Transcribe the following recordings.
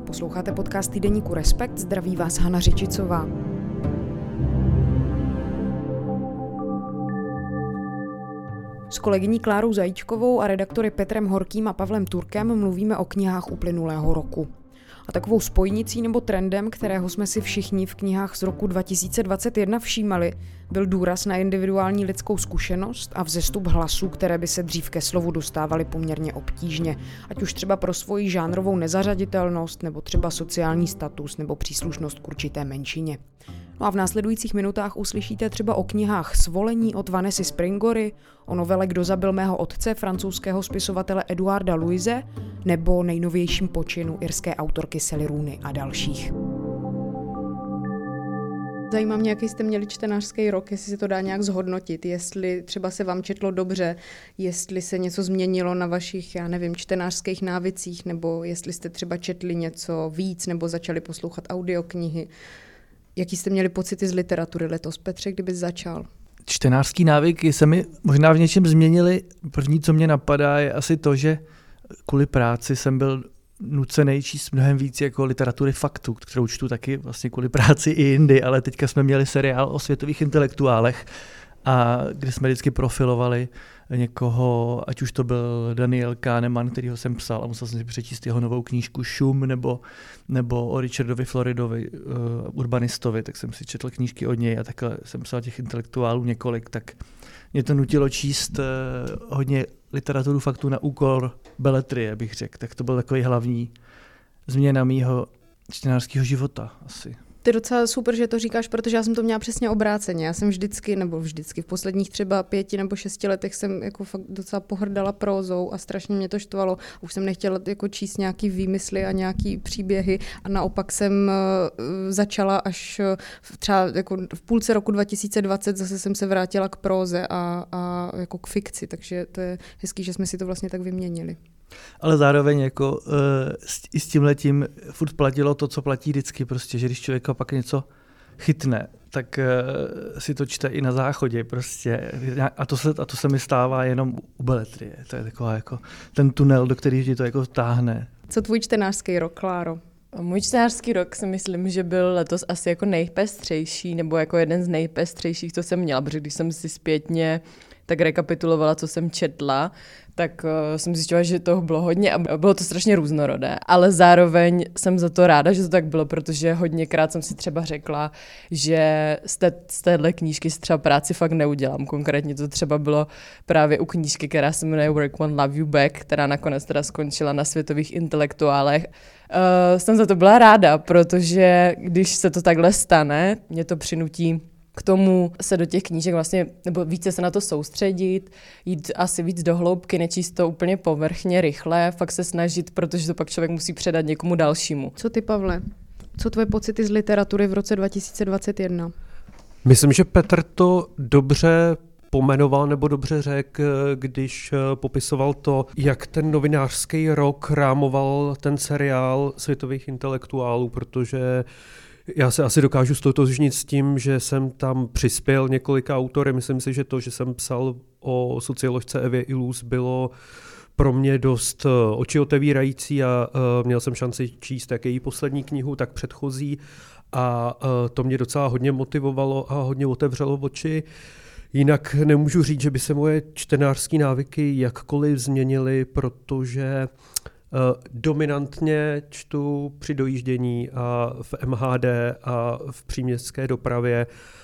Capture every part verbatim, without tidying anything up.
Posloucháte podcast týdeníku Respekt, zdraví vás Hana Řičicová. S kolegyní Klárou Zajíčkovou a redaktory Petrem Horkým a Pavlem Turkem mluvíme o knihách uplynulého roku. A takovou spojnicí nebo trendem, kterého jsme si všichni v knihách z roku dva tisíce dvacet jedna všímali, byl důraz na individuální lidskou zkušenost a vzestup hlasů, které by se dřív ke slovu dostávaly poměrně obtížně, ať už třeba pro svoji žánrovou nezařaditelnost, nebo třeba sociální status, nebo příslušnost k určité menšině. No a v následujících minutách uslyšíte třeba o knihách Svolení od Vanessy Springory, o novele Kdo zabil mého otce francouzského spisovatele Eduarda Louise nebo nejnovějším počinu irské autorky Sally Rooney a dalších. Zajímá mě, jaký jste měli čtenářský rok, jestli se to dá nějak zhodnotit, jestli třeba se vám četlo dobře, jestli se něco změnilo na vašich, já nevím, čtenářských návicích, nebo jestli jste třeba četli něco víc, nebo začali poslouchat audioknihy. Jaký jste měli pocity z literatury letos? Petře, kdyby začal? Čtenářský návyky se mi možná v něčem změnily. První, co mě napadá, je asi to, že kvůli práci jsem byl nucený číst mnohem víc jako literatury faktu, kterou čtu taky vlastně kvůli práci i jindy, ale teďka jsme měli seriál o světových intelektuálech, a kde jsme vždycky profilovali někoho, ať už to byl Daniel Kahneman, kterýho jsem psal a musel jsem si přečíst jeho novou knížku Šum, nebo, nebo o Richardovi Floridovi, uh, urbanistovi, tak jsem si četl knížky od něj a takhle jsem psal těch intelektuálů několik, tak mě to nutilo číst uh, hodně literaturu faktu na úkor beletrie, bych řekl. Tak to byl takový hlavní změna mýho čtenářského života asi. To je docela super, že to říkáš, protože já jsem to měla přesně obráceně. Já jsem vždycky, nebo vždycky, v posledních třeba pěti nebo šesti letech jsem jako fakt docela pohrdala prózou a strašně mě to štvalo. Už jsem nechtěla jako číst nějaký výmysly a nějaký příběhy a naopak jsem uh, začala až uh, třeba jako v půlce roku dva tisíce dvacet zase jsem se vrátila k próze a, a jako k fikci, takže to je hezký, že jsme si to vlastně tak vyměnili. Ale zároveň jako uh, s, i s tímhletím furt platilo to, co platí vždycky, prostě, že když člověka pak něco chytne, tak uh, si to čte i na záchodě prostě. A to, se, a to se mi stává jenom u beletrie. To je taková jako ten tunel, do kterého ti to jako táhne. Co tvůj čtenářský rok, Kláro? Můj čtenářský rok si myslím, že byl letos asi jako nejpestřejší, nebo jako jeden z nejpestřejších, co jsem měla, protože když jsem si zpětně tak rekapitulovala, co jsem četla, tak uh, jsem zjistila, že toho bylo hodně a bylo to strašně různorodé. Ale zároveň jsem za to ráda, že to tak bylo, protože hodněkrát jsem si třeba řekla, že z, té, z téhle knížky si třeba práci fakt neudělám. Konkrétně to třeba bylo právě u knížky, která se jmenuje Work Won't Love You Back, která nakonec teda skončila na světových intelektuálech. Uh, jsem za to byla ráda, protože když se to takhle stane, mě to přinutí k tomu se do těch knížek vlastně, nebo více se na to soustředit, jít asi víc do hloubky, nečíst to úplně povrchně, rychle, fakt se snažit, protože to pak člověk musí předat někomu dalšímu. Co ty, Pavle? Co tvoje pocity z literatury v roce dva tisíce dvacet jedna? Myslím, že Petr to dobře pomenoval nebo dobře řekl, když popisoval to, jak ten novinářský rok rámoval ten seriál světových intelektuálů, protože já se asi dokážu ztotožnit s tím, že jsem tam přispěl několika autory. Myslím si, že to, že jsem psal o socioložce Evě Illouz, bylo pro mě dost očiotevírající a měl jsem šanci číst jak její poslední knihu, tak předchozí a to mě docela hodně motivovalo a hodně otevřelo oči. Jinak nemůžu říct, že by se moje čtenářské návyky jakkoliv změnily, protože Uh, dominantně čtu při dojíždění a v M H D a v příměstské dopravě,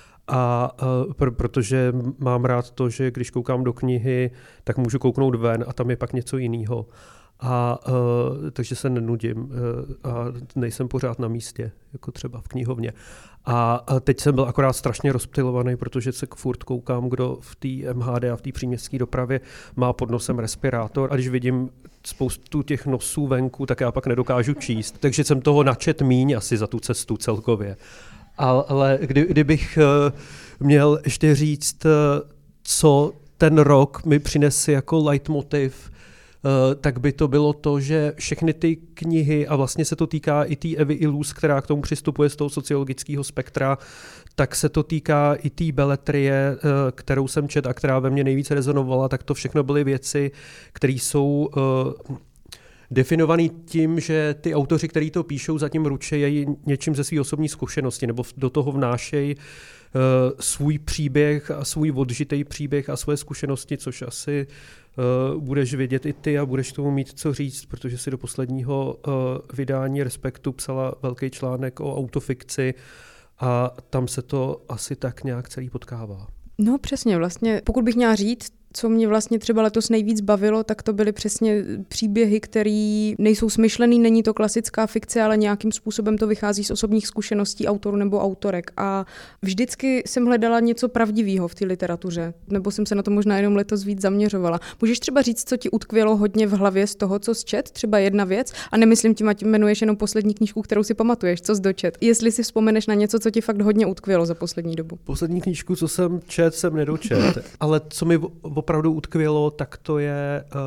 a uh, pr- protože mám rád to, že když koukám do knihy, tak můžu kouknout ven a tam je pak něco jiného. A uh, takže se nenudím uh, a nejsem pořád na místě, jako třeba v knihovně. A, a teď jsem byl akorát strašně rozptylovaný, protože se furt koukám, kdo v té M H D a v té příměstské dopravě má pod nosem respirátor, a když vidím spoustu těch nosů venku, tak já pak nedokážu číst. Takže jsem toho načet míň asi za tu cestu celkově. Ale kdy, kdybych uh, měl ještě říct, uh, co ten rok mi přinese jako leitmotiv, Uh, tak by to bylo to, že všechny ty knihy, a vlastně se to týká i té Evy Illouz, která k tomu přistupuje z toho sociologického spektra, tak se to týká i té beletrie, uh, kterou jsem četl a která ve mně nejvíce rezonovala, tak to všechno byly věci, které jsou uh, definovaný tím, že ty autoři, kteří to píšou, zatím ručejí něčím ze své osobní zkušenosti nebo do toho vnášejí uh, svůj příběh a svůj odžitej příběh a svoje zkušenosti, což asi uh, budeš vědět i ty a budeš tomu mít co říct, protože si do posledního uh, vydání Respektu psala velký článek o autofikci a tam se to asi tak nějak celý potkává. No přesně, vlastně pokud bych měla říct, co mě vlastně třeba letos nejvíc bavilo, tak to byly přesně příběhy, které nejsou smyšlený, není to klasická fikce, ale nějakým způsobem to vychází z osobních zkušeností autorů nebo autorek. A vždycky jsem hledala něco pravdivého v té literatuře, nebo jsem se na to možná jenom letos víc zaměřovala. Můžeš třeba říct, co ti utkvělo hodně v hlavě z toho, co jsi čet, třeba jedna věc, a nemyslím tím, ať jmenuješ jenom poslední knížku, kterou si pamatuješ, co jsi dočet. Jestli si vzpomeneš na něco, co ti fakt hodně utkvělo za poslední dobu. Poslední knížku, co jsem čet, jsem nedočet, ale co mi opravdu utkvělo, tak to je uh,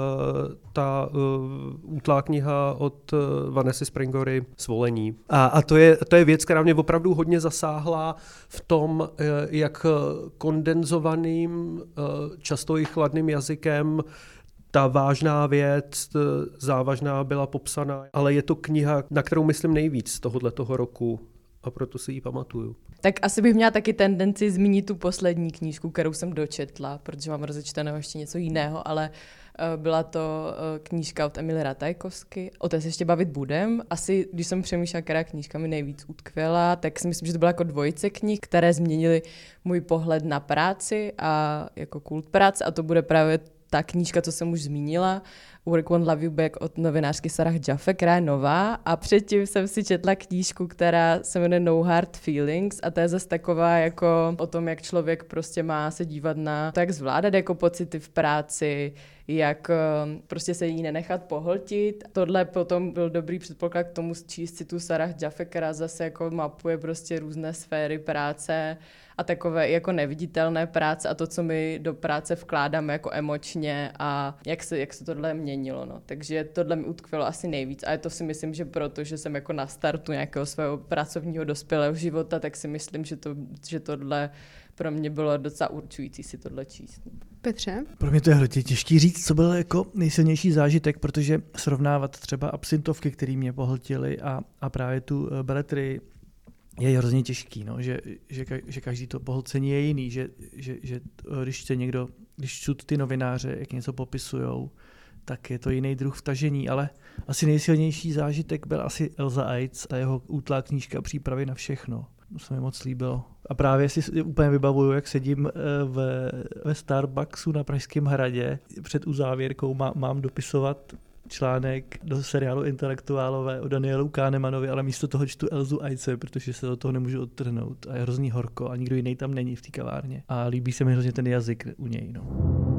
ta uh, útlá kniha od uh, Vanessy Springory Svolení. A, a to, je, to je věc, která mě opravdu hodně zasáhla v tom, uh, jak kondenzovaným, uh, často i chladným jazykem ta vážná věc, závažná byla popsaná, ale je to kniha, na kterou myslím nejvíc z tohoto roku. A proto si ji pamatuju. Tak asi bych měla taky tendenci zmínit tu poslední knížku, kterou jsem dočetla, protože mám rozečteného ještě něco jiného, ale uh, byla to uh, knížka od Emily Ratajkowsky. O té se ještě bavit budem. Asi, když jsem přemýšlela, která knížka mi nejvíc utkvěla, tak si myslím, že to byla jako dvojice knih, které změnily můj pohled na práci a jako kult práce, a to bude právě ta knížka, co jsem už zmínila, Work Won't Love You Back od novinářky Sarah Jaffe, která je nová, a předtím jsem si četla knížku, která se jmenuje No Hard Feelings, a to je zase taková jako o tom, jak člověk prostě má se dívat na to, jak zvládat jako pocity v práci, jak prostě se jí nenechat pohltit. Tohle potom byl dobrý předpoklad k tomu číst si tu Sarah Jaffe, která zase jako mapuje prostě různé sféry práce a takové jako neviditelné práce a to, co my do práce vkládáme jako emočně a jak se, jak se tohle měnilo. No. Takže tohle mi utkvělo asi nejvíc a je to si myslím, že proto, že jsem jako na startu nějakého svého pracovního dospělého života, tak si myslím, že, to, že tohle pro mě bylo docela určující si tohle číst. Petře? Pro mě to je hrozně těžký říct, co byl jako nejsilnější zážitek, protože srovnávat třeba absintovky, které mě pohltily a, a právě tu beletrii, je hrozně těžký, no, že, že, že každý to pohlcení je jiný, že, že, že když se někdo, když čtu ty novináře, jak něco popisujou, tak je to jiný druh vtažení, ale asi nejsilnější zážitek byl asi Elza Eitz, ta jeho útlá knížka Přípravy na všechno. To se mi moc líbilo. A právě si úplně vybavuju, jak sedím ve, ve Starbucksu na Pražském hradě, před uzávěrkou má, mám dopisovat článek do seriálu Intelektuálové o Danielu Kahnemanovi, ale místo toho čtu Elzu Eitze, protože se do toho nemůžu odtrhnout. A je hrozný horko a nikdo jiný tam není v té kavárně. A líbí se mi hrozně ten jazyk u něj. No.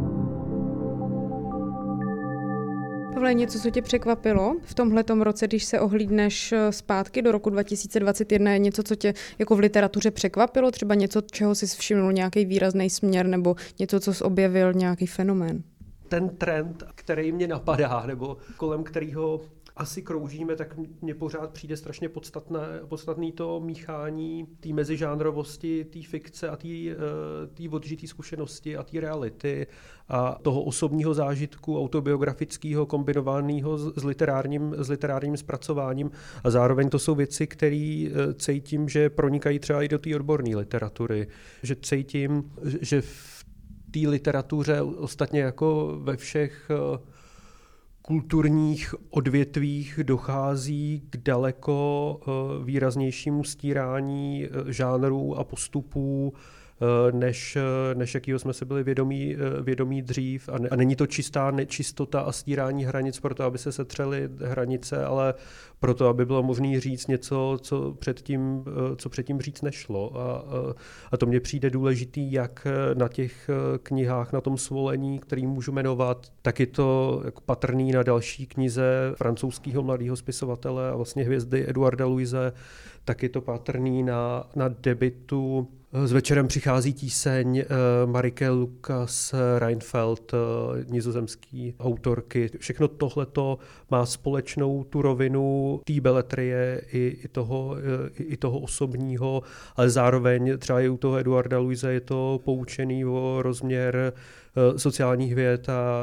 Pavle, něco, co tě překvapilo v tomhletom roce, když se ohlídneš zpátky do roku dva tisíce dvacet jedna, je něco, co tě jako v literatuře překvapilo? Třeba něco, čeho jsi všimnul, nějaký výrazný směr, nebo něco, co jsi objevil, nějaký fenomén? Ten trend, který mě napadá, nebo kolem kterého asi kroužíme, tak mně pořád přijde strašně podstatné, podstatný to míchání té mezižánrovosti, té fikce a té odžitý zkušenosti a té reality a toho osobního zážitku autobiografického kombinovaného s literárním, s literárním zpracováním a zároveň to jsou věci, které cítím, že pronikají třeba i do té odborné literatury, že cítím, že v té literatuře ostatně jako ve všech kulturních odvětvích dochází k daleko výraznějšímu stírání žánrů a postupů, než, než jakýho jsme se byli vědomí, vědomí dřív. A, ne, a není to čistá nečistota a stírání hranic proto, aby se setřely hranice, ale proto, aby bylo možné říct něco, co předtím, co předtím říct nešlo. A, a to mně přijde důležitý, jak na těch knihách, na tom Svolení, který můžu jmenovat, tak je to jako patrný na další knize francouzského mladého spisovatele a vlastně hvězdy Eduarda Louise, tak je to patrný na, na debutu S večerem přichází tíseň Marike Lukas Reinfeldt, nizozemský autorky. Všechno tohleto má společnou tu rovinu té beletrie i, i, toho, i, i toho osobního, ale zároveň třeba i u toho Eduarda Luise je to poučený o rozměr sociálních věd a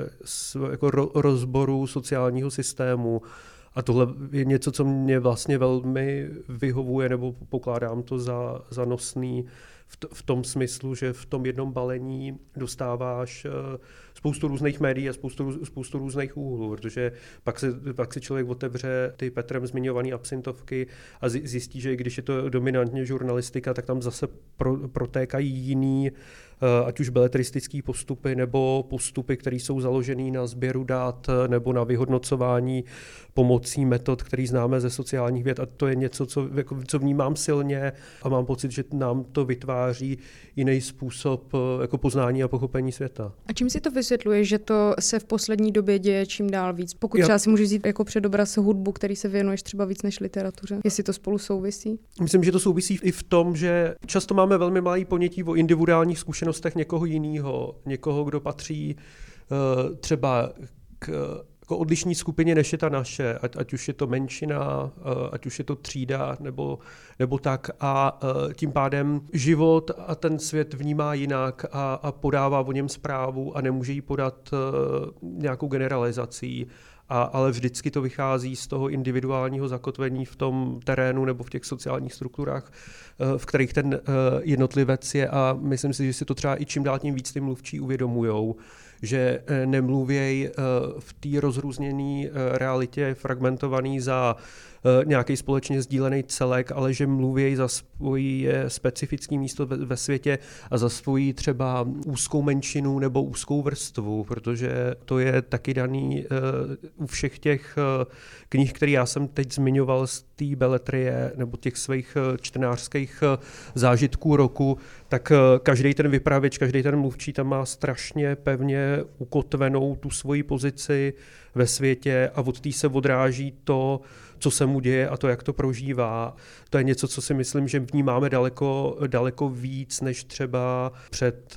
jako rozboru sociálního systému. A tohle je něco, co mě vlastně velmi vyhovuje, nebo pokládám to za, za nosný v, t- v tom smyslu, že v tom jednom balení dostáváš uh, spoustu různých médií a spoustu, spoustu různých úhlů, protože pak se, pak se člověk otevře ty Petrem zmiňované absintovky a zjistí, že když je to dominantně žurnalistika, tak tam zase pro, protékají jiný, uh, ať už beletristický postupy nebo postupy, které jsou založené na sběru dat nebo na vyhodnocování pomocí metod, který známe ze sociálních věd, a to je něco, co, jako, co vnímám silně a mám pocit, že nám to vytváří jiný způsob jako poznání a pochopení světa. A čím si to vysvětluje, že to se v poslední době děje čím dál víc? Pokud Já... třeba si můžeš vzít jako předobraz hudbu, který se věnuješ třeba víc než literatuře, jestli to spolu souvisí? Myslím, že to souvisí i v tom, že často máme velmi malé ponětí o individuálních zkušenostech někoho jiného, někoho, kdo patří uh, třeba k jako odlišní skupině, než je ta naše, ať, ať už je to menšina, ať už je to třída, nebo, nebo tak. A tím pádem život a ten svět vnímá jinak a, a podává o něm zprávu a nemůže jí podat nějakou generalizací. A, ale vždycky to vychází z toho individuálního zakotvení v tom terénu nebo v těch sociálních strukturách, v kterých ten jednotlivec je, a myslím si, že si to třeba i čím dál tím víc ty mluvčí uvědomujou, že nemluvěj v té rozrůzněné realitě fragmentovaný za nějaký společně sdílený celek, ale že mluvěj za svoje specifické místo ve, ve světě a za svoji třeba úzkou menšinu nebo úzkou vrstvu, protože to je taky daný uh, u všech těch uh, knih, které já jsem teď zmiňoval z té beletrie nebo těch svých uh, čtenářských uh, zážitků roku, tak uh, každý ten vypravěč, každý ten mluvčí tam má strašně pevně ukotvenou tu svoji pozici ve světě a od té se odráží to, co se mu děje a to, jak to prožívá. To je něco, co si myslím, že vnímáme daleko, daleko víc než třeba před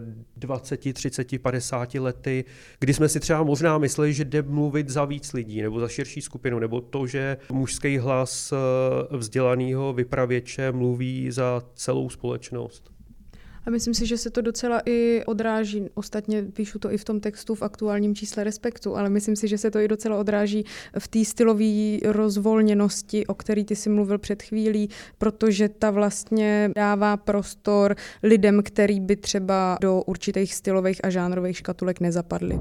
dvacet, třicet, padesát lety, kdy jsme si třeba možná mysleli, že jde mluvit za víc lidí nebo za širší skupinu, nebo to, že mužský hlas vzdělaného vypravěče mluví za celou společnost. A myslím si, že se to docela i odráží, ostatně píšu to i v tom textu v aktuálním čísle Respektu, ale myslím si, že se to i docela odráží v té stylové rozvolněnosti, o který ty jsi mluvil před chvílí, protože ta vlastně dává prostor lidem, který by třeba do určitých stylových a žánrových škatulek nezapadli.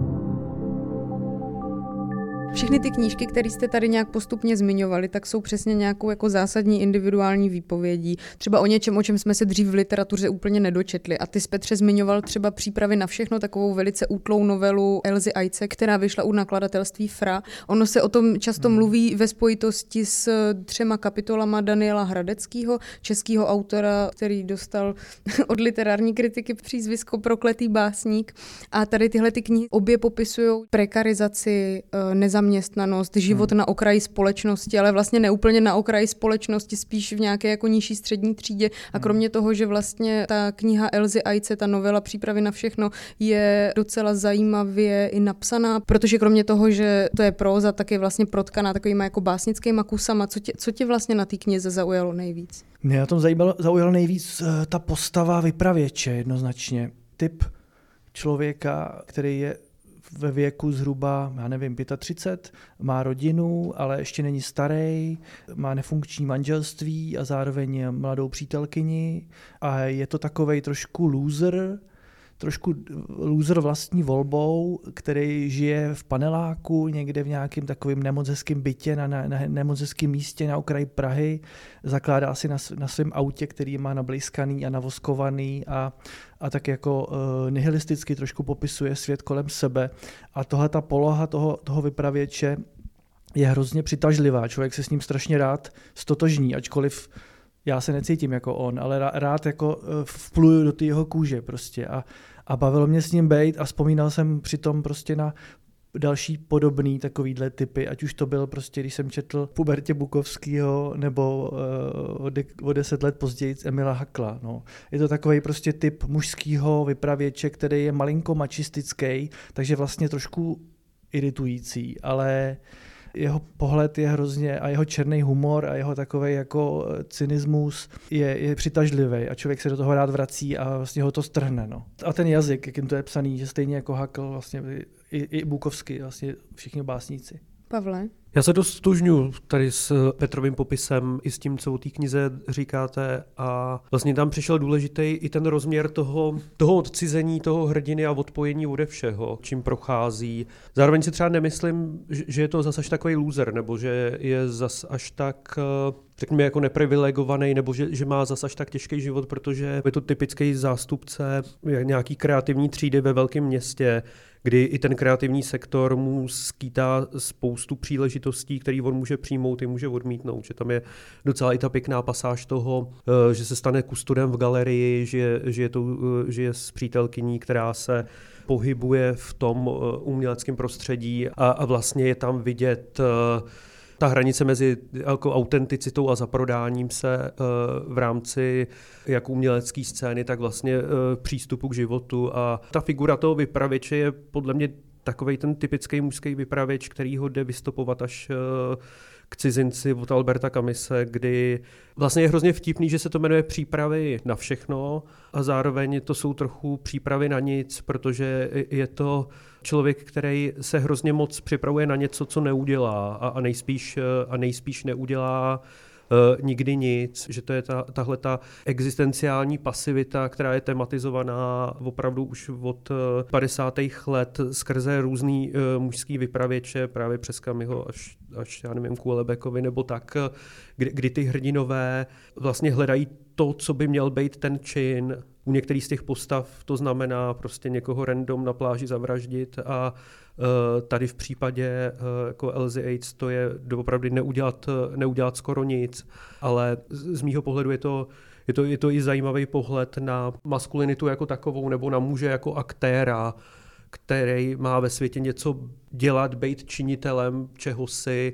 Všechny ty knížky, které jste tady nějak postupně zmiňovali, tak jsou přesně nějakou jako zásadní individuální výpovědí. Třeba o něčem, o čem jsme se dřív v literatuře úplně nedočetli. A ty jsi, Petře, zmiňoval třeba Přípravy na všechno, takovou velice útlou novelu Elzy Ajce, která vyšla u nakladatelství Fra. Ono se o tom často hmm. mluví ve spojitosti s třema kapitolama Daniela Hradeckého, českého autora, který dostal od literární kritiky přízvisko Prokletý básník. A tady tyhle ty knihy obě popisují prekarizaci, nezaměstnanost, zaměstnanost, život hmm. na okraji společnosti, ale vlastně neúplně na okraji společnosti, spíš v nějaké jako nižší střední třídě. A kromě toho, že vlastně ta kniha Elzy Ajce, ta novela Přípravy na všechno, je docela zajímavě i napsaná, protože kromě toho, že to je próza, tak je vlastně protkaná takovýma jako básnickýma kusama. Co tě, co tě vlastně na té knize zaujalo nejvíc? Mě na tom zajímalo, zaujalo nejvíc uh, ta postava vypravěče jednoznačně. Typ člověka, který je ve věku zhruba, já nevím, třicet pět, má rodinu, ale ještě není starý, má nefunkční manželství a zároveň mladou přítelkyni a je to takovej trošku loser, trošku loser vlastní volbou, který žije v paneláku někde v nějakém takovém nemoc hezkém bytě na, na, na nemoc hezkém místě na okraji Prahy, zakládá si na, na svém autě, který má nablízkaný a navoskovaný a, a tak jako uh, nihilisticky trošku popisuje svět kolem sebe. A tohle ta poloha toho, toho vypravěče je hrozně přitažlivá. Člověk se s ním strašně rád stotožní, ačkoliv já se necítím jako on, ale rád jako vpluju do té jeho kůže prostě a, a bavilo mě s ním bejt a vzpomínal jsem přitom prostě na další podobný takovýhle typy, ať už to byl prostě, když jsem četl Pubertě Bukovskýho nebo uh, o deset let později Emila Hakla. No. Je to takový prostě typ mužskýho vypravěče, který je malinko mačistický, takže vlastně trošku iritující, ale jeho pohled je hrozně a jeho černý humor a jeho takovej jako cynismus je, je přitažlivý a člověk se do toho rád vrací a vlastně ho to strhne. No. A ten jazyk, jakým to je psaný, že stejně jako Hakl, vlastně i, i Bukovský, vlastně všichni básníci. Pavle? Já se dost stožňuji tady s Petrovým popisem i s tím, co o té knize říkáte a vlastně tam přišel důležitý i ten rozměr toho, toho odcizení, toho hrdiny a odpojení ode všeho, čím prochází. Zároveň si třeba nemyslím, že je to zas až takový loser, nebo že je zas až tak, řekněme, jako neprivilegovaný, nebo že, že má zas až tak těžký život, protože je to typický zástupce nějaký kreativní třídy ve velkém městě, kdy i ten kreativní sektor mu skýtá spoustu příležitostí, které on může přijmout i může odmítnout. Že tam je docela i ta pěkná pasáž toho, že se stane kustodem v galerii, že, že, je, to, že je s přítelkyní, která se pohybuje v tom uměleckém prostředí a, a vlastně je tam vidět ta hranice mezi jako autenticitou a zaprodáním se uh, v rámci jak umělecké scény, tak vlastně uh, přístupu k životu. A ta figura toho vypravěče je podle mě takovej ten typický mužský vypravěč, který ho jde vystopovat až uh, k cizinci od Alberta Camise, kdy vlastně je hrozně vtipný, že se to jmenuje Přípravy na všechno a zároveň to jsou trochu přípravy na nic, protože je to člověk, který se hrozně moc připravuje na něco, co neudělá a, a, nejspíš, a nejspíš neudělá uh, nikdy nic, že to je ta, tahle ta existenciální pasivita, která je tematizovaná opravdu už od uh, padesátých let skrze různý uh, mužský vypravěče, právě přes Camilleho až, až já nevím, k Houellebeckovi nebo tak, kdy, kdy ty hrdinové vlastně hledají to, co by měl být ten čin. U některých z těch postav to znamená prostě někoho random na pláži zavraždit a uh, tady v případě uh, jako Elzy Yates to je doopravdy neudělat, neudělat skoro nic, ale z, z mýho pohledu je to, je, to, je to i zajímavý pohled na maskulinitu jako takovou nebo na muže jako aktéra, který má ve světě něco dělat, být činitelem čehosi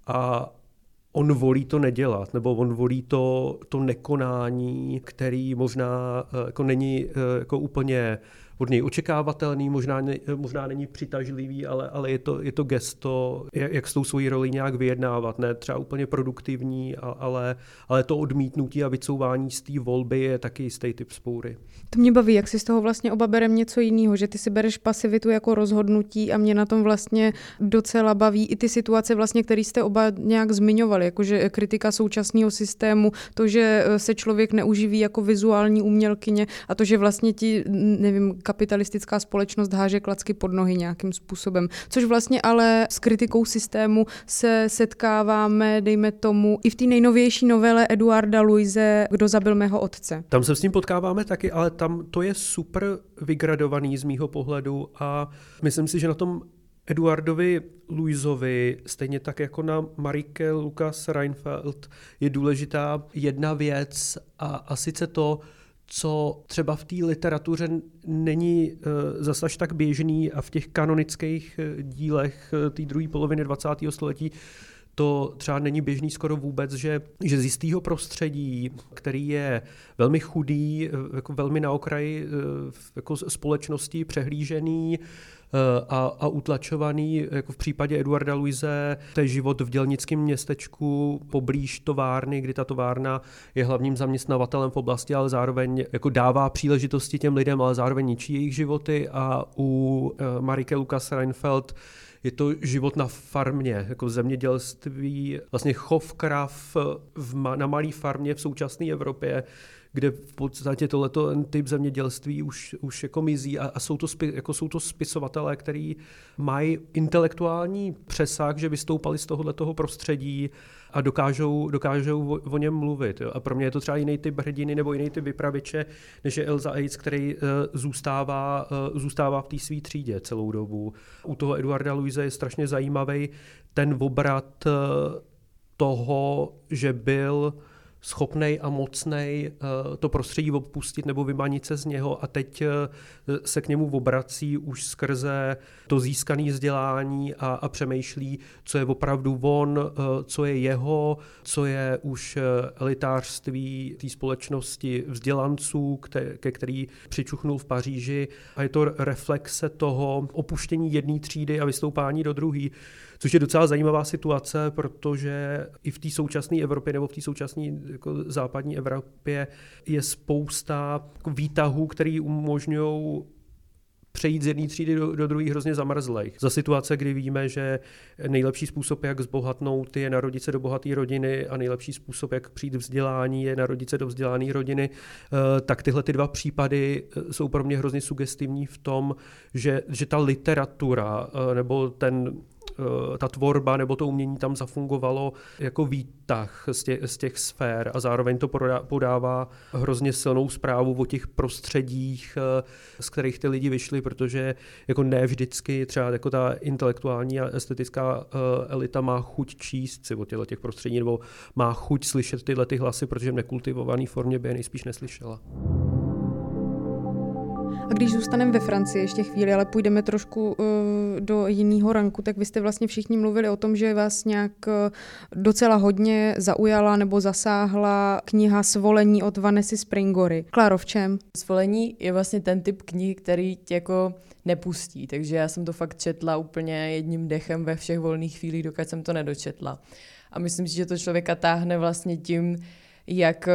a on volí to nedělat, nebo on volí to, to nekonání, který možná jako není jako úplně od něj očekávatelný, možná, ne, možná není přitažlivý, ale, ale je, to, je to gesto, jak, jak s tou svojí rolí nějak vyjednávat. Ne třeba úplně produktivní, ale, ale to odmítnutí a vycouvání z té volby je taky jistý typ vzpoury. To mě baví, jak si z toho vlastně oba bereme něco jiného, že ty si bereš pasivitu jako rozhodnutí a mě na tom vlastně docela baví i ty situace, vlastně, které jste oba nějak zmiňovali, jakože kritika současného systému, to, že se člověk neuživí jako vizuální umělkyně a to, že vlastně ti, nevím, kapitalistická společnost háže klacky pod nohy nějakým způsobem. Což vlastně ale s kritikou systému se setkáváme, dejme tomu, i v té nejnovější novele Eduarda Luise Kdo zabil mého otce. Tam se s tím potkáváme taky, ale tam to je super vygradovaný z mýho pohledu a myslím si, že na tom Eduardovi Luisovi, stejně tak jako na Marike Lukas Reinfeldt, je důležitá jedna věc a, a sice to, co třeba v té literatuře není uh, zas až tak běžný a v těch kanonických uh, dílech uh, té druhé poloviny dvacátého století to třeba není běžný skoro vůbec, že, že z jistého prostředí, který je velmi chudý, jako velmi na okraji jako společnosti, přehlížený a, a utlačovaný, jako v případě Eduarda Luise, to je život v dělnickém městečku poblíž továrny, kdy ta továrna je hlavním zaměstnavatelem v oblasti, ale zároveň jako dává příležitosti těm lidem, ale zároveň ničí jejich životy a u Marike Lukas Reinfeldt je to život na farmě, jako zemědělství, vlastně chov krav v ma- na malé farmě v současné Evropě, kde v podstatě tohleto typ zemědělství už, už jako mizí a, a jsou, to spi, jako jsou to spisovatelé, kteří mají intelektuální přesah, že vystoupali z tohoto prostředí a dokážou, dokážou o, o něm mluvit. Jo. A pro mě je to třeba jiný typ hrdiny nebo jiný typ vypravěče, než je Elza Yates, který uh, zůstává, uh, zůstává v té své třídě celou dobu. U toho Eduarda Luise je strašně zajímavý ten obrat uh, toho, že byl schopnej a mocnej to prostředí opustit nebo vymanit se z něho a teď se k němu obrací už skrze to získané vzdělání a, a přemýšlí, co je opravdu on, co je jeho, co je už elitářství té společnosti vzdělanců, ke který přičuchnul v Paříži a je to reflexe toho opuštění jedné třídy a vystoupání do druhé. Což je docela zajímavá situace, protože i v té současné Evropě nebo v té současné jako západní Evropě je spousta výtahů, které umožňují přejít z jedné třídy do, do druhé hrozně zamrzlej. Za situace, kdy víme, že nejlepší způsob, jak zbohatnout, je narodit se do bohaté rodiny a nejlepší způsob, jak přijít vzdělání, je narodit se do vzdělané rodiny, tak tyhle ty dva případy jsou pro mě hrozně sugestivní v tom, že, že ta literatura nebo ten ta tvorba nebo to umění tam zafungovalo jako výtah z těch, z těch sfér a zároveň to podává hrozně silnou zprávu o těch prostředích, z kterých ty lidi vyšli, protože jako ne vždycky třeba jako ta intelektuální a estetická elita má chuť číst si o těchto těch prostředí nebo má chuť slyšet tyhle ty hlasy, protože v nekultivované formě by je nejspíš neslyšela. A když zůstaneme ve Francii ještě chvíli, ale půjdeme trošku uh, do jiného ranku, tak vy jste vlastně všichni mluvili o tom, že vás nějak uh, docela hodně zaujala nebo zasáhla kniha Svolení od Vanessy Springory. Kláro, v čem? Svolení je vlastně ten typ knihy, který tě jako nepustí, takže já jsem to fakt četla úplně jedním dechem ve všech volných chvílích, dokud jsem to nedočetla. A myslím si, že to člověka táhne vlastně tím, jak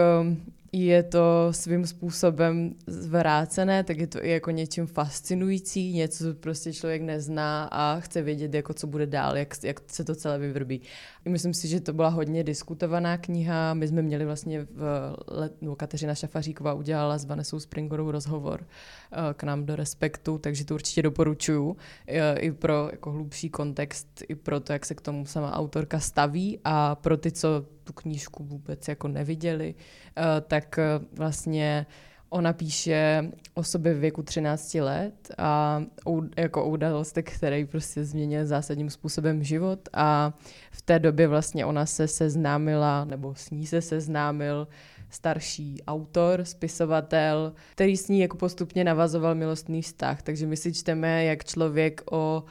je to svým způsobem zvrácené, tak je to i jako něčím fascinující, něco, co prostě člověk nezná a chce vědět, jako co bude dál, jak, jak se to celé vyvrbí. Myslím si, že to byla hodně diskutovaná kniha. My jsme měli vlastně v lednu, Kateřina Šafaříková udělala s Vanessou Springorou rozhovor k nám do Respektu, takže to určitě doporučuju i pro jako hlubší kontext, i pro to, jak se k tomu sama autorka staví a pro ty, co tu knížku vůbec jako neviděli, tak vlastně ona píše o sobě v věku třinácti let a jako o událostech, který prostě změnil zásadním způsobem život a v té době vlastně ona se seznámila, nebo s ní se seznámil starší autor, spisovatel, který s ní jako postupně navazoval milostný vztah, takže my si čteme, jak člověk o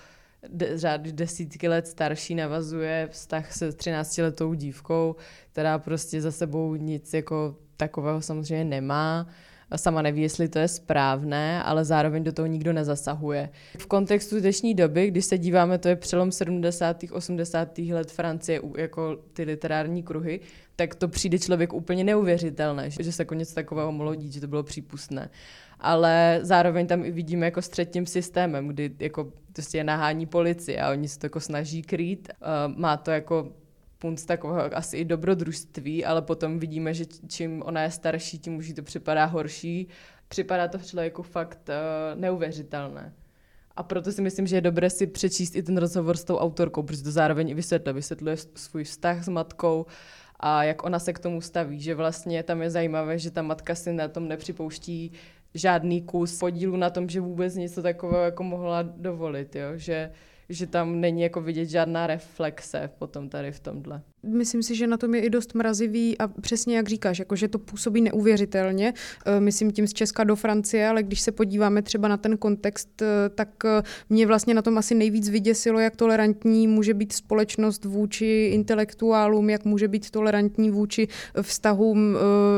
řády desítky let starší navazuje vztah se třináctiletou dívkou, která prostě za sebou nic jako takového samozřejmě nemá. Sama neví, jestli to je správné, ale zároveň do toho nikdo nezasahuje. V kontextu dnešní doby, když se díváme, to je přelom sedmdesátých osmdesátých let Francie, jako ty literární kruhy, tak to přijde člověk úplně neuvěřitelné, že se jako něco takového mohlo dít, že to bylo přípustné. Ale zároveň tam i vidíme jako s třetím systémem, kdy jako prostě je nahání policie a oni se to jako snaží krýt. Uh, má to jako punc takového asi i dobrodružství, ale potom vidíme, že čím ona je starší, tím už jí to připadá horší. Připadá to v člověku fakt uh, neuvěřitelné. A proto si myslím, že je dobré si přečíst i ten rozhovor s tou autorkou, protože to zároveň i vysvětluje. Vysvětluje svůj vztah s matkou a jak ona se k tomu staví, že vlastně tam je zajímavé, že ta matka si na tom nepřipouští žádný kus podílu na tom, že vůbec něco takového jako mohla dovolit, jo? Že, že tam není jako vidět žádná reflexe potom tady v tomhle. Myslím si, že na tom je i dost mrazivý a přesně jak říkáš, jako že to působí neuvěřitelně, myslím tím z Česka do Francie, ale když se podíváme třeba na ten kontext, tak mě vlastně na tom asi nejvíc vyděsilo, jak tolerantní může být společnost vůči intelektuálům, jak může být tolerantní vůči vztahům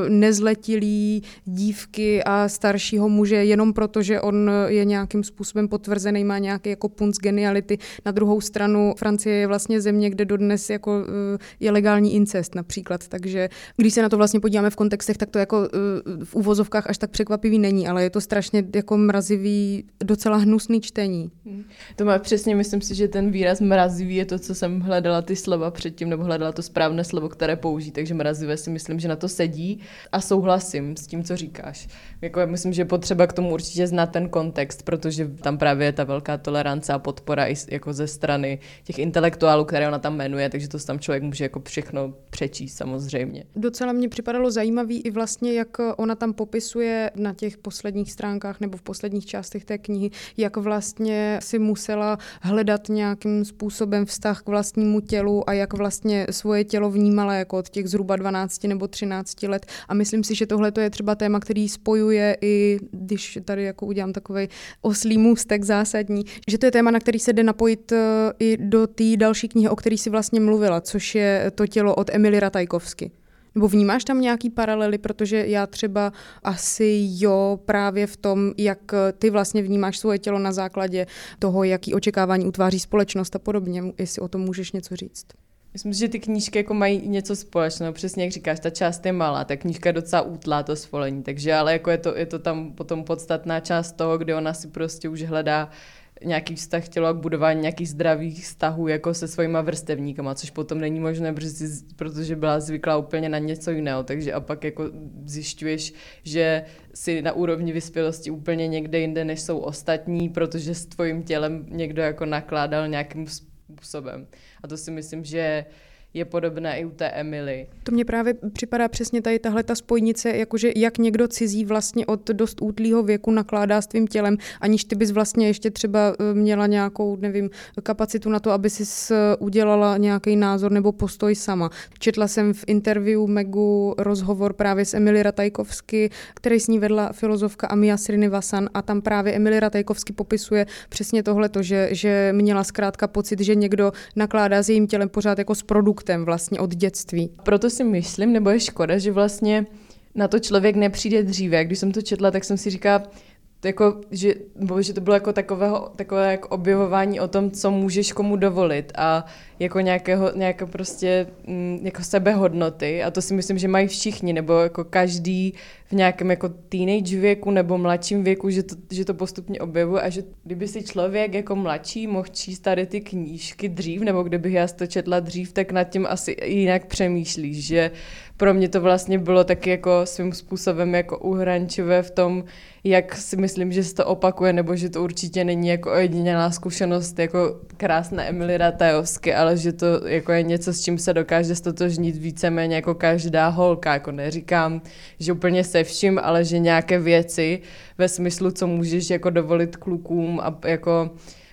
nezletilý dívky a staršího muže, jenom proto, že on je nějakým způsobem potvrzený, má nějaký jako punc geniality. Na druhou stranu Francie je vlastně země, kde dodnes jako je legální incest například, takže když se na to vlastně podíváme v kontextech, tak to jako v uvozovkách až tak překvapivý není, ale je to strašně jako mrazivý, docela hnusný čtení. To má přesně, myslím si, že ten výraz mrazivý je to, co jsem hledala ty slova předtím, nebo hledala to správné slovo, které použít, takže mrazivé si myslím, že na to sedí a souhlasím s tím, co říkáš. Jako já myslím, že je potřeba k tomu určitě znát ten kontext, protože tam právě je ta velká tolerance a podpora i jako ze strany těch intelektuálů, které ona tam jmenuje, takže to tam člověk může jako všechno přečíst samozřejmě. Docela mě připadalo zajímavý i vlastně, jak ona tam popisuje na těch posledních stránkách nebo v posledních částech té knihy, jak vlastně si musela hledat nějakým způsobem vztah k vlastnímu tělu a jak vlastně svoje tělo vnímala jako od těch zhruba dvanácti nebo třinácti let. A myslím si, že tohle je třeba téma, který spojuje i, když tady jako udělám takovej oslý můstek zásadní, že to je téma, na který se jde napojit i do té další knihy, o který si vlastně mluvila, což je To tělo od Emily Ratajkowski. Nebo vnímáš tam nějaký paralely, protože já třeba asi jo, právě v tom, jak ty vlastně vnímáš svoje tělo na základě toho, jaký očekávání utváří společnost a podobně, jestli o tom můžeš něco říct. Myslím, že ty knížky jako mají něco společného, přesně jak říkáš, ta část je malá, ta knížka je docela útlá, to svolení, takže ale jako je to, je to tam potom podstatná část toho, kde ona si prostě už hledá nějaký vztah tělo a k budování nějakých zdravých vztahů jako se svýma vrstevníkama, což potom není možné, protože byla zvyklá úplně na něco jiného, takže a pak jako zjišťuješ, že si na úrovni vyspělosti úplně někde jinde, než jsou ostatní, protože s tvojím tělem někdo jako nakládal nějakým způsobem. A to si myslím, že je podobné i u té Emily. To mně právě připadá přesně tady tahle ta spojnice, jakože jak někdo cizí vlastně od dost útlýho věku nakládá s tvým tělem, aniž ty bys vlastně ještě třeba měla nějakou, nevím, kapacitu na to, aby si udělala nějaký názor nebo postoj sama. Četla jsem v interview Megu rozhovor právě s Emily Ratajkowski, který s ní vedla filozofka Amia Srinivasan a tam právě Emily Ratajkowski popisuje přesně tohleto, že, že měla zkrátka pocit, že někdo nakládá s jejím tělem pořád jako s produktem vlastně od dětství. Proto si myslím, nebo je škoda, že vlastně na to člověk nepřijde dříve. Když jsem to četla, tak jsem si říkala, jako, že, že to bylo jako takového, takové jako objevování o tom, co můžeš komu dovolit a jako nějakého, nějaké prostě jako sebehodnoty a to si myslím, že mají všichni, nebo jako každý v nějakém jako teenage věku nebo mladším věku, že to, že to postupně objevuje a že kdyby si člověk jako mladší mohl číst tady ty knížky dřív, nebo kdybych já to četla dřív, tak nad tím asi jinak přemýšlíš, že pro mě to vlastně bylo taky jako svým způsobem jako uhrančivé v tom, jak si myslím, že se to opakuje, nebo že to určitě není jako ojedinělá zkušenost jako krásné Emily Ratajkowski, ale že to jako je něco, s čím se dokáže stotožnit víceméně jako každá holka. Jako neříkám, že úplně se vším, ale že nějaké věci ve smyslu, co můžeš jako dovolit klukům a jako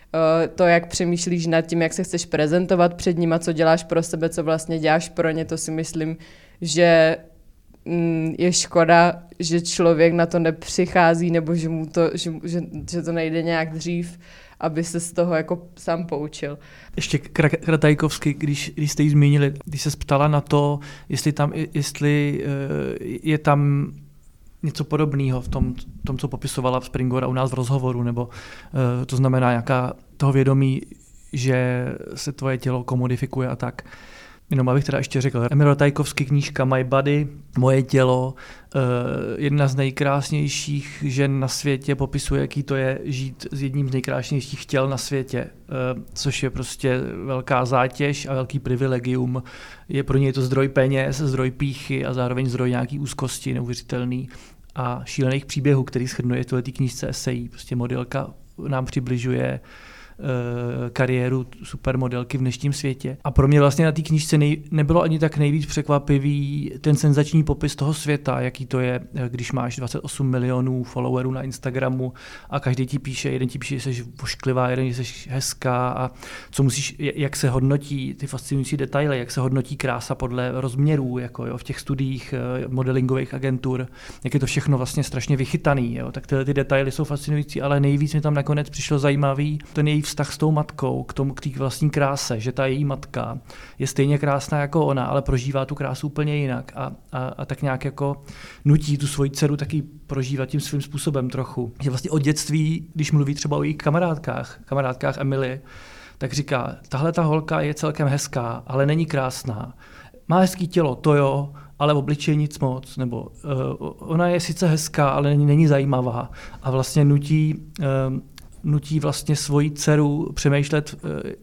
to, jak přemýšlíš nad tím, jak se chceš prezentovat před nima, co děláš pro sebe, co vlastně děláš pro ně, to si myslím, že je škoda, že člověk na to nepřichází, nebo že, mu to, že, že, že to nejde nějak dřív, aby se z toho jako sám poučil. Ještě k Ratajkowski, když, když jste jí zmínili, když se ptala na to, jestli, tam, jestli je tam něco podobného v tom, tom, co popisovala v Springora u nás v rozhovoru, nebo to znamená nějaká toho vědomí, že se tvoje tělo komodifikuje a tak. Jenom abych teda ještě řekl, Emily Ratajkowski knížka My Body, Moje tělo, jedna z nejkrásnějších žen na světě, popisuje, jaký to je žít s jedním z nejkrásnějších těl na světě, což je prostě velká zátěž a velký privilegium. Je pro něj to zdroj peněz, zdroj pýchy a zároveň zdroj nějaký úzkosti neuvěřitelný a šílených příběhů, který shrnuje v této knížce esejí. Prostě modelka nám přibližuje kariéru supermodelky v dnešním světě. A pro mě vlastně na té knížce nej, nebylo ani tak nejvíc překvapivý ten senzační popis toho světa, jaký to je, když máš dvacet osm milionů followerů na Instagramu a každý ti píše, jeden ti píše, že jsi vošklivá, jeden, že jsi hezká a co musíš, jak se hodnotí ty fascinující detaily, jak se hodnotí krása podle rozměrů, jako jo, v těch studiích modelingových agentur, jak je to všechno vlastně strašně vychytaný, jo, tak tyhle ty detaily jsou fascinující, ale nejvíc mi tam nakonec přišlo zajímavý ten její vztah s tou matkou, k tomu, k té vlastní kráse, že ta její matka je stejně krásná jako ona, ale prožívá tu krásu úplně jinak a, a, a tak nějak jako nutí tu svoji dceru taky prožívat tím svým způsobem trochu. Že vlastně od dětství, když mluví třeba o jejich kamarádkách, kamarádkách Emily, tak říká, tahle ta holka je celkem hezká, ale není krásná. Má hezký tělo, to jo, ale v obličeji nic moc, nebo uh, ona je sice hezká, ale není, není zajímavá a vlastně nutí uh, nutí vlastně svoji dceru přemýšlet,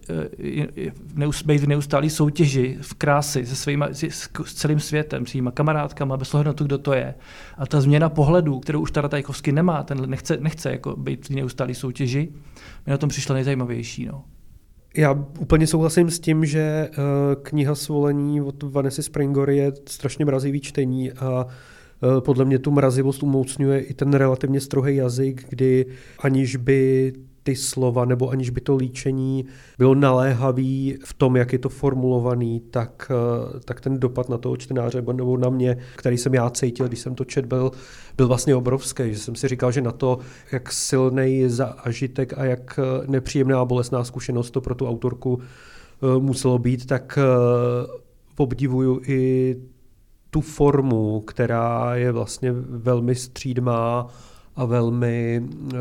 být v neustálé soutěži, v krásy se svýma, s celým světem, s svýma kamarádkama, bez ohledu na to, kdo to je. A ta změna pohledu, kterou už ta Ratajkowski nemá, ten nechce, nechce jako být v neustálé soutěži, mi na tom přišla nejzajímavější. No. Já úplně souhlasím s tím, že kniha Svolení od Vanessy Springory je strašně mrazivý čtení a podle mě tu mrazivost umocňuje i ten relativně strohý jazyk, kdy aniž by ty slova nebo aniž by to líčení bylo naléhavý v tom, jak je to formulovaný, tak, tak ten dopad na toho čtenáře nebo na mě, který jsem já cítil, když jsem to četl, byl, byl vlastně obrovský. Že jsem si říkal, že na to, jak silný zážitek a jak nepříjemná a bolestná zkušenost to pro tu autorku muselo být, tak obdivuju i tu formu, která je vlastně velmi střídmá a velmi,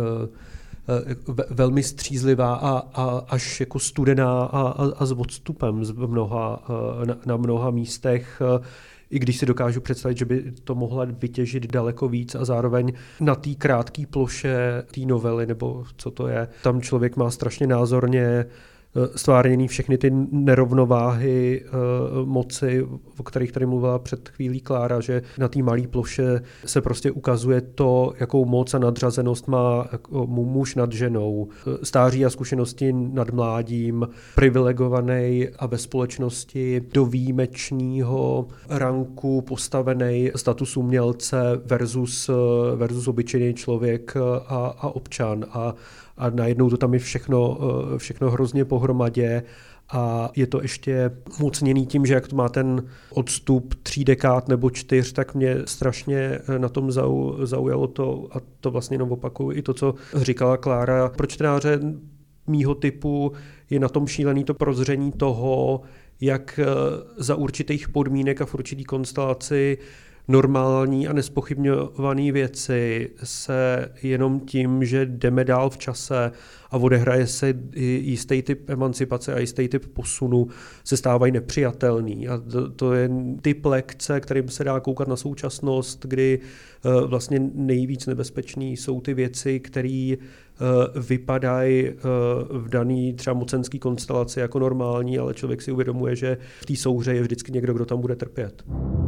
velmi střízlivá a, a až jako studená a, a, a s odstupem z mnoha, na, na mnoha místech, i když si dokážu představit, že by to mohla vytěžit daleko víc a zároveň na té krátké ploše té novely, nebo co to je, tam člověk má strašně názorně stvárněný všechny ty nerovnováhy uh, moci, o kterých tady mluvila před chvílí Klára, že na té malé ploše se prostě ukazuje to, jakou moc a nadřazenost má muž nad ženou, stáří a zkušenosti nad mládím, privilegovaný a ve společnosti do výjimečného ranku postavený status umělce versus, versus obyčejný člověk a, a občan. A A najednou to tam je všechno, všechno hrozně pohromadě a je to ještě mocněný tím, že jak to má ten odstup tří dekád nebo čtyř, tak mě strašně na tom zaujalo to, a to vlastně jenom opakuju, i to, co říkala Klára. Pro čtenáře mýho typu je na tom šílený to prozření toho, jak za určitých podmínek a v určitý konstelaci normální a nespochybňované věci se jenom tím, že jdeme dál v čase a odehraje se jistý typ emancipace a jistý typ posunu, se stávají nepřijatelný. A to, to je typ lekce, kterým se dá koukat na současnost, kdy uh, vlastně nejvíc nebezpečný jsou ty věci, které uh, vypadají uh, v daný třeba mocenský konstelaci jako normální, ale člověk si uvědomuje, že v té souhře je vždycky někdo, kdo tam bude trpět.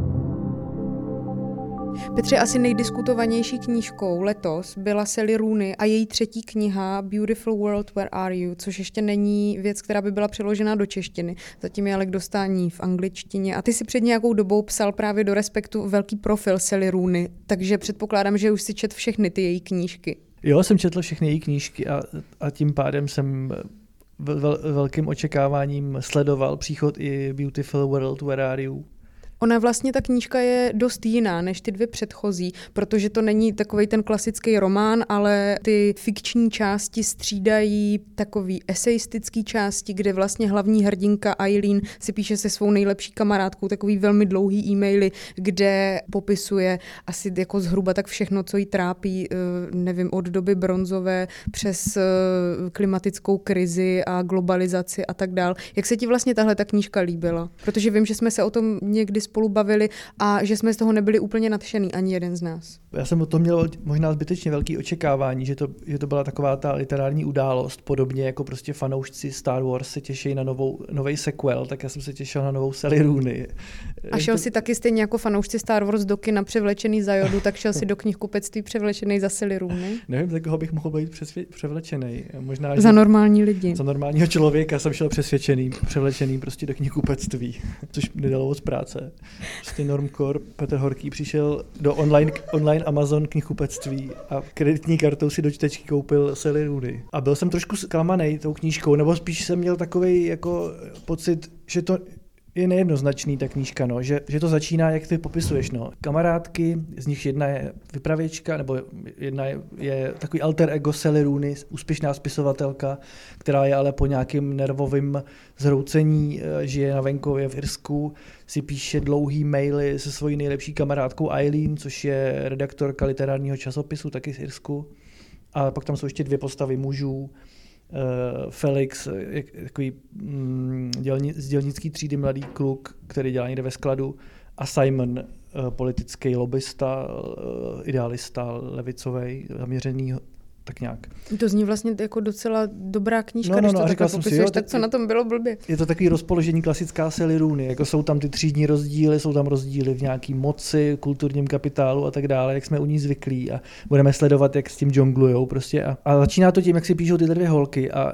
Petře, asi nejdiskutovanější knížkou letos byla Sally Rooney a její třetí kniha Beautiful World, Where Are You, což ještě není věc, která by byla přeložena do češtiny. Zatím je ale k dostání v angličtině. A ty si před nějakou dobou psal právě do Respektu velký profil Sally Rooney, takže předpokládám, že už si čet všechny ty její knížky. Jo, jsem četl všechny její knížky a, a tím pádem jsem vel, velkým očekáváním sledoval příchod i Beautiful World, Where Are You. Ona vlastně, ta knížka je dost jiná než ty dvě předchozí, protože to není takovej ten klasický román, ale ty fikční části střídají takový eseistický části, kde vlastně hlavní hrdinka Eileen si píše se svou nejlepší kamarádkou takový velmi dlouhý e-maily, kde popisuje asi jako zhruba tak všechno, co jí trápí, nevím, od doby bronzové přes klimatickou krizi a globalizaci a tak dál. Jak se ti vlastně tahle ta knížka líbila? Protože vím, že jsme se o tom někdy spolu bavili a že jsme z toho nebyli úplně nadšený, ani jeden z nás. Já jsem o tom měl možná zbytečně velký očekávání, že to, že to byla taková ta literární událost, podobně jako prostě fanoušci Star Wars se těší na novou, novej sequel, tak já jsem se těšil na novou Sally Rooney. A šel to... si taky stejně jako fanoušci Star Wars do kina převlečený za Jodu, tak šel si do knihkupectví převlečený za Sally Rooney? Nevím, za koho bych mohl být přesvě- převlečený. Možná, za normální lidi. Za normálního člověka jsem šel přesvědčený, převlečený prostě do knihkupectví, což nedalo moc práce. Prostě normkor Petr Horký přišel do online, online Amazon knihkupectví a kreditní kartou si do čtečky koupil Sally Rooney. A byl jsem trošku zklamaný tou knížkou, nebo spíš jsem měl takovej jako pocit, že to je nejednoznačný ta knížka, no, že, že to začíná, jak ty popisuješ. No. Kamarádky, z nich jedna je vypravěčka, nebo jedna je, je takový alter ego Sally Rooney, úspěšná spisovatelka, která je ale po nějakém nervovém zhroucení, žije na venkově v Irsku, si píše dlouhý maily se svojí nejlepší kamarádkou Eileen, což je redaktorka literárního časopisu, taky z Irsku. A pak tam jsou ještě dvě postavy mužů. Uh, Felix, je takový mm, dělni, z dělnický třídy mladý kluk, který dělá někde ve skladu, a Simon, uh, politický lobbysta, uh, idealista, levicovej, zaměřený tak nějak. To zní vlastně jako docela dobrá knížka, no, no, když no, to takhle popisuješ, si, tak co na tom bylo blbě? Je to takový rozpoložení klasická Sally Rooney, jako jsou tam ty třídní rozdíly, jsou tam rozdíly v nějaký moci, kulturním kapitálu a tak dále, jak jsme u ní zvyklí a budeme sledovat, jak s tím džonglujou prostě a, a začíná to tím, jak si píšou tyhle dvě holky a,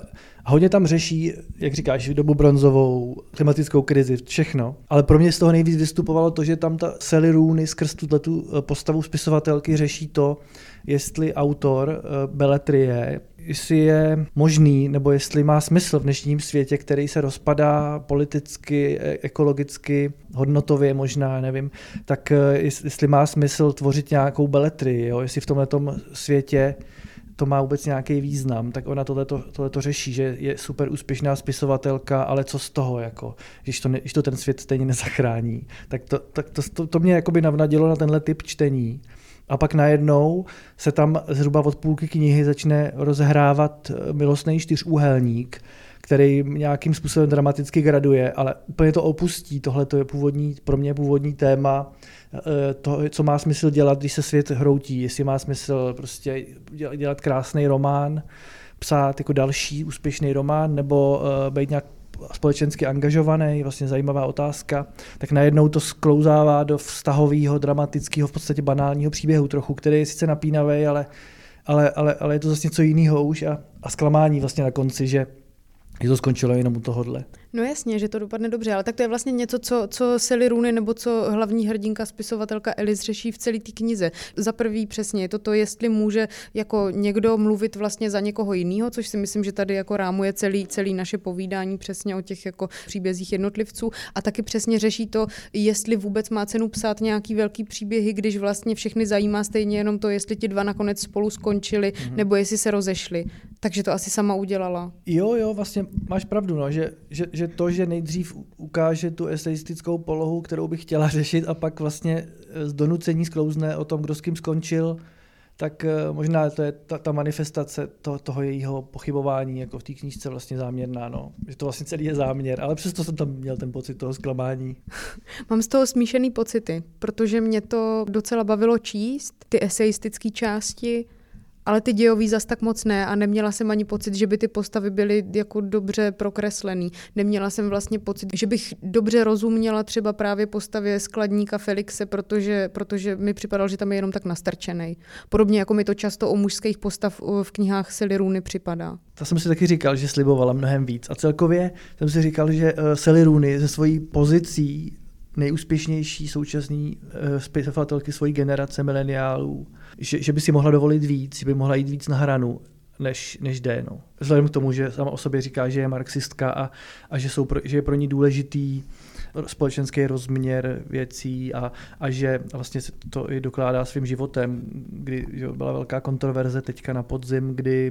A hodně tam řeší, jak říkáš, dobu bronzovou, klimatickou krizi, všechno. Ale pro mě z toho nejvíc vystupovalo to, že tam ta Sally Rooney skrz tuto postavu spisovatelky řeší to, jestli autor beletrie, jestli je možný, nebo jestli má smysl v dnešním světě, který se rozpadá politicky, ekologicky, hodnotově možná, nevím, tak jestli má smysl tvořit nějakou beletrii, jo? Jestli v tomhletom světě to má vůbec nějaký význam, tak ona tohleto, tohleto řeší, že je super úspěšná spisovatelka, ale co z toho, jako, když, to ne, když to ten svět stejně nezachrání. Tak to, tak to, to, to mě jakoby navnadilo na tenhle typ čtení. A pak najednou se tam zhruba od půlky knihy začne rozehrávat milostný čtyřúhelník, který nějakým způsobem dramaticky graduje, ale úplně to opustí. Tohle to je původní, pro mě původní téma toho, co má smysl dělat, když se svět hroutí. Jestli má smysl prostě dělat krásný román, psát jako další úspěšný román, nebo být nějak společensky angažovaný, vlastně zajímavá otázka, tak najednou to sklouzává do vztahového, dramatického, v podstatě banálního příběhu trochu, který je sice napínavý, ale, ale, ale, ale je to zase něco jiného už a, a zklamání vlastně na konci, že že to skončilo jenom u tohohle. No jasně, že to dopadne dobře, ale tak to je vlastně něco, co, co Sally Rooney nebo co hlavní hrdinka, spisovatelka Alice řeší v celé té knize. Za prvý přesně je to to, jestli může jako někdo mluvit vlastně za někoho jiného, což si myslím, že tady jako rámuje celý, celý naše povídání přesně o těch jako příbězích jednotlivců a taky přesně řeší to, jestli vůbec má cenu psát nějaký velký příběhy, když vlastně všechny zajímá stejně jenom to, jestli ti dva nakonec spolu skončili, mm-hmm. nebo jestli se rozešli. Takže to asi sama udělala. Jo, jo, vlastně máš pravdu, no, že, že, že to, že nejdřív ukáže tu eseistickou polohu, kterou bych chtěla řešit a pak vlastně z donucení sklouzne o tom, kdo s kým skončil, tak možná to je ta, ta manifestace to, toho jejího pochybování jako v té knížce vlastně záměrná, no. Že to vlastně celý je záměr, ale přesto jsem tam měl ten pocit toho zklamání. Mám z toho smíšený pocity, protože mě to docela bavilo číst, ty eseistické části, ale ty dějový zas tak moc ne a neměla jsem ani pocit, že by ty postavy byly jako dobře prokreslený. Neměla jsem vlastně pocit, že bych dobře rozuměla třeba právě postavě skladníka Felixe, protože, protože mi připadalo, že tam je jenom tak nastrčenej. Podobně jako mi to často o mužských postav v knihách Sally Rooney připadá. To jsem si taky říkal, že slibovala mnohem víc. A celkově jsem si říkal, že Sally Rooney ze svojí pozicí nejúspěšnější současný uh, spisovatelky svojí generace mileniálů, že, že by si mohla dovolit víc, že by mohla jít víc na hranu, než, než jde. No. Vzhledem k tomu, že sama o sobě říká, že je marxistka a, a že, jsou pro, že je pro ní důležitý společenský rozměr věcí a, a že vlastně se to i dokládá svým životem, kdy že byla velká kontroverze teďka na podzim, kdy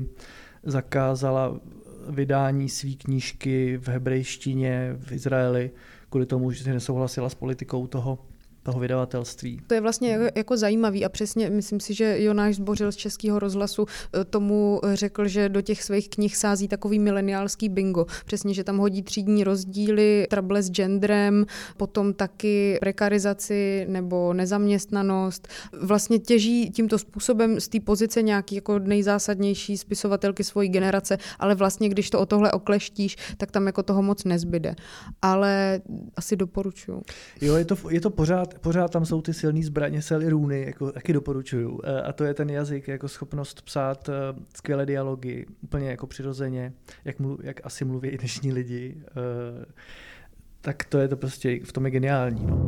zakázala vydání své knížky v hebrejštině v Izraeli, kvůli tomu, že nesouhlasila s politikou toho, toho vydavatelství. To je vlastně jako, jako zajímavý a přesně myslím si, že Jonáš Zbořil z Českého rozhlasu tomu řekl, že do těch svých knih sází takový mileniálský bingo. Přesně, že tam hodí třídní rozdíly, trable s genderem, potom taky prekarizaci nebo nezaměstnanost. Vlastně těží tímto způsobem z té pozice nějaký jako nejzásadnější spisovatelky svojí generace, ale vlastně, když to o tohle okleštíš, tak tam jako toho moc nezbyde. Ale asi doporučuju. Jo, je to, je to pořád Pořád tam jsou ty silné zbraně Sally Rooney, jako taky doporučuju. A to je ten jazyk, jako schopnost psát skvělé dialogy, úplně jako přirozeně, jak, mluv, jak asi mluví i dnešní lidi. Tak to je to prostě, v tom je geniální. No.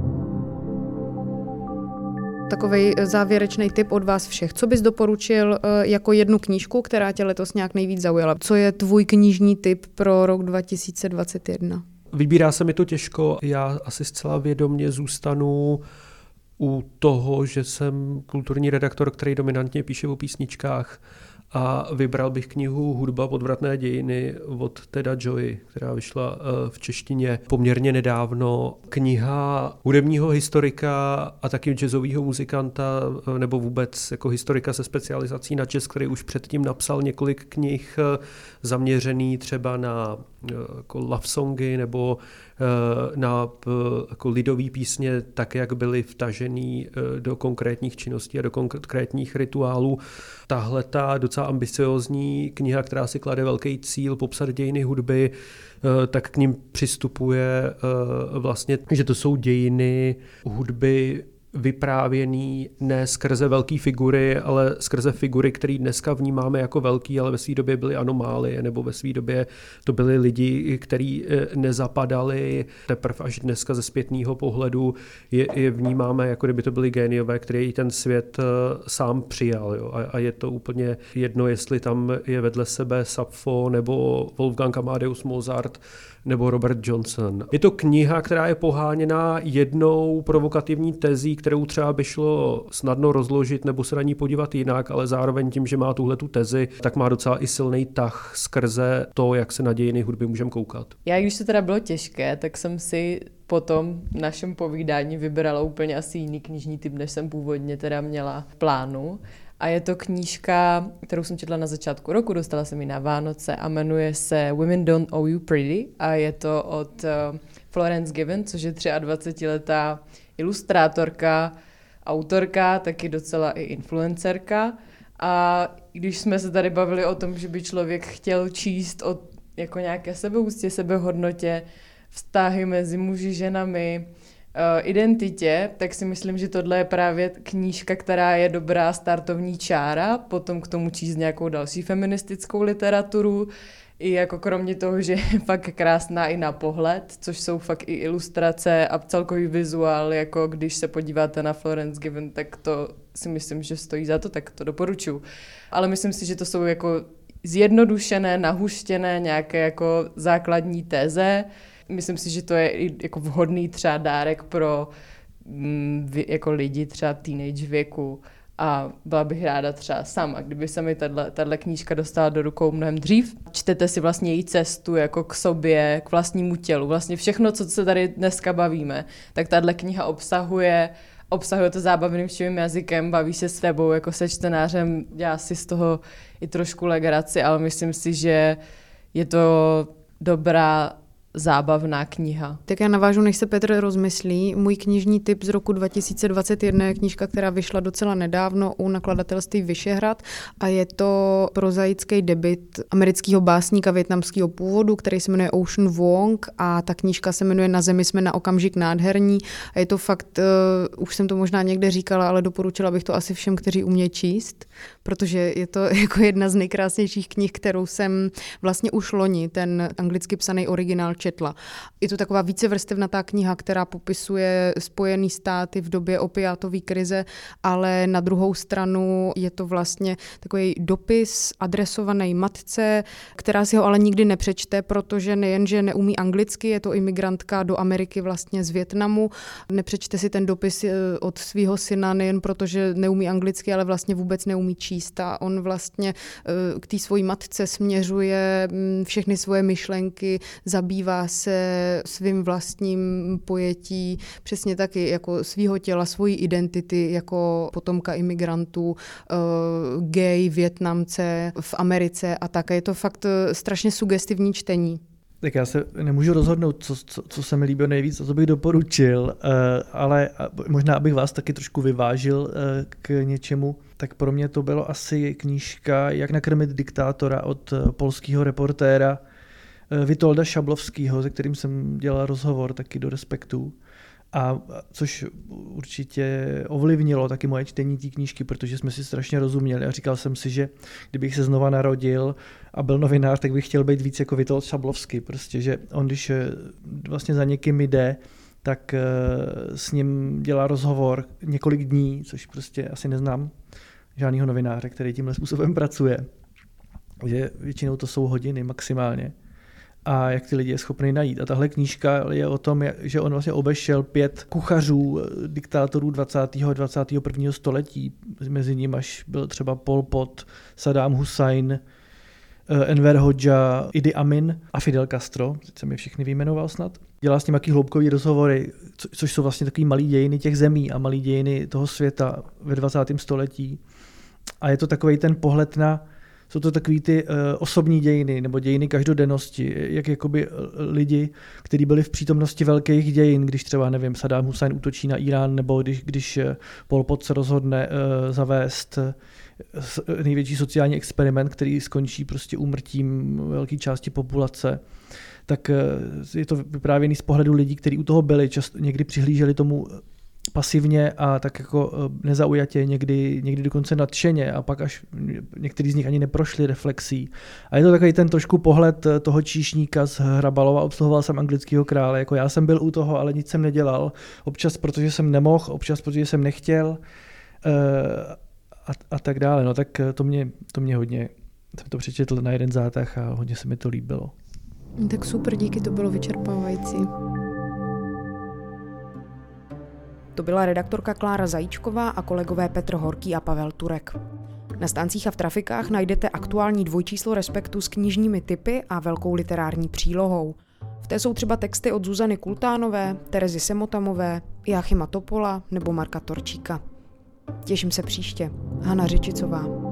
Takovej závěrečný tip od vás všech. Co bys doporučil jako jednu knížku, která tě letos nějak nejvíc zaujala? Co je tvůj knižní tip pro rok dva tisíce dvacet jedna? Vybírá se mi to těžko, já asi zcela vědomě zůstanu u toho, že jsem kulturní redaktor, který dominantně píše o písničkách a vybral bych knihu Hudba podvratné dějiny od Teda Joy, která vyšla v češtině poměrně nedávno. Kniha hudebního historika a taky jazzového muzikanta nebo vůbec jako historika se specializací na jazz, který už předtím napsal několik knih zaměřený třeba na jako love songy nebo na jako lidové písně, tak jak byly vtažený do konkrétních činností a do konkrétních rituálů. Tahle ta docela ambiciózní kniha, která si klade velký cíl popsat dějiny hudby, tak k ním přistupuje vlastně, že to jsou dějiny hudby vyprávěný ne skrze velké figury, ale skrze figury, které dneska vnímáme jako velký, ale ve své době byly anomálie, nebo ve své době to byli lidi, kteří nezapadali. Teprve až dneska ze zpětného pohledu je, je vnímáme, jako kdyby to byli géniové, který ten svět sám přijal. Jo. A, a je to úplně jedno, jestli tam je vedle sebe Sappho, nebo Wolfgang Amadeus Mozart, nebo Robert Johnson. Je to kniha, která je poháněná jednou provokativní tezí, kterou třeba by šlo snadno rozložit nebo se na ní podívat jinak, ale zároveň tím, že má tuhle tu tezi, tak má docela i silný tah skrze to, jak se na dějiny hudby můžeme koukat. Já, když to teda bylo těžké, tak jsem si po tom našem povídání vybrala úplně asi jiný knižní typ, než jsem původně teda měla v plánu. A je to knížka, kterou jsem četla na začátku roku, dostala jsem ji na Vánoce a jmenuje se Women Don't Owe You Pretty a je to od uh, Florence Given, což je dvacetiletá ilustrátorka, autorka, taky docela i influencerka. A když jsme se tady bavili o tom, že by člověk chtěl číst o jako nějaké sebeúctě, sebehodnotě, vztahy mezi muži, ženami, identitě, tak si myslím, že tohle je právě knížka, která je dobrá startovní čára, potom k tomu číst nějakou další feministickou literaturu, i jako kromě toho, že je fakt krásná i na pohled, což jsou fakt i ilustrace a celkový vizuál, jako když se podíváte na Florence Given, tak to si myslím, že stojí za to, tak to doporučuji. Ale myslím si, že to jsou jako zjednodušené, nahuštěné nějaké jako základní teze. Myslím si, že to je i jako vhodný třeba dárek pro mm, jako lidi třeba teenage věku a byla bych ráda třeba sama, kdyby se mi tato knížka dostala do rukou mnohem dřív. Čtete si vlastně její cestu jako k sobě, k vlastnímu tělu. Vlastně všechno, co se tady dneska bavíme, tak tato kniha obsahuje obsahuje to zábavným vším jazykem, baví se s tebou jako se čtenářem, dělá si z toho i trošku legraci, ale myslím si, že je to dobrá zábavná kniha. Tak já navážu, než se Petr rozmyslí. Můj knižní tip z roku dva tisíce dvacet jedna je knížka, která vyšla docela nedávno u nakladatelství Vyšehrad a je to prozaický debut amerického básníka vietnamského původu, který se jmenuje Ocean Vuong a ta knížka se jmenuje Na zemi jsme na okamžik nádherní a je to fakt, uh, už jsem to možná někde říkala, ale doporučila bych to asi všem, kteří umějí číst, protože je to jako jedna z nejkrásnějších knih, kterou jsem vlastně už loni, ten anglicky psaný originál četla. Je to taková vícevrstevnatá kniha, která popisuje Spojené státy v době opiátové krize, ale na druhou stranu je to vlastně takový dopis adresovaný matce, která si ho ale nikdy nepřečte, protože nejenže neumí anglicky, je to imigrantka do Ameriky vlastně z Vietnamu, nepřečte si ten dopis od svého syna nejen proto, že neumí anglicky, ale vlastně vůbec neumí číst a on vlastně k té svojí matce směřuje všechny svoje myšlenky, zabývá se svým vlastním pojetí, přesně taky jako svýho těla, svojí identity jako potomka imigrantů, uh, gay, Vietnamce v Americe a tak. Je to fakt strašně sugestivní čtení. Tak já se nemůžu rozhodnout, co, co, co se mi líbilo nejvíc, co bych doporučil, uh, ale možná, abych vás taky trošku vyvážil uh, k něčemu, tak pro mě to bylo asi knížka Jak nakrmit diktátora od uh, polského reportéra Witolda Šablovského, se kterým jsem dělal rozhovor taky do Respektu. A což určitě ovlivnilo taky moje čtení té knížky, protože jsme si strašně rozuměli a říkal jsem si, že kdybych se znova narodil a byl novinář, tak bych chtěl být víc jako Witold Šablovský. Prostě, že on, když vlastně za někým jde, tak s ním dělá rozhovor několik dní, což prostě asi neznám žádného novináře, který tímhle způsobem pracuje. Že většinou to jsou hodiny maximálně. A jak ty lidi je schopný najít. A tahle knížka je o tom, že on vlastně obešel pět kuchařů, diktátorů dvacátého a dvacátého prvního století. Mezi nimi až byl třeba Pol Pot, Saddam Hussein, Enver Hodža, Idi Amin a Fidel Castro. Teď jsem je všechny vyjmenoval snad. Dělá s nimi jaký hloubkový rozhovory, co, což jsou vlastně takový malý dějiny těch zemí a malý dějiny toho světa ve dvacátém století. A je to takový ten pohled na jsou to takový ty uh, osobní dějiny nebo dějiny každodennosti, jak jakoby lidi, kteří byli v přítomnosti velkých dějin, když třeba, nevím, Saddam Hussein útočí na Irán, nebo když, když Pol Pot se rozhodne uh, zavést uh, největší sociální experiment, který skončí prostě úmrtím velké části populace, tak uh, je to vyprávěný z pohledu lidí, kteří u toho byli, často někdy přihlíželi tomu pasivně a tak jako nezaujatě, někdy, někdy dokonce nadšeně a pak až některý z nich ani neprošli reflexí. A je to takový ten trošku pohled toho číšníka z Hrabalova, obsluhoval jsem anglického krále, jako já jsem byl u toho, ale nic jsem nedělal. Občas, protože jsem nemohl, občas, protože jsem nechtěl a, a tak dále. No tak to mě, to mě hodně, jsem to přečetl na jeden zátah a hodně se mi to líbilo. Tak super, díky, to bylo vyčerpávající. To byla redaktorka Klára Zajíčková a kolegové Petr Horký a Pavel Turek. Na stáncích a v trafikách najdete aktuální dvojčíslo Respektu s knižními tipy a velkou literární přílohou. V té jsou třeba texty od Zuzany Kultánové, Terezy Semotamové, Jáchyma Topola nebo Marka Torčíka. Těším se příště. Hana Řičicová.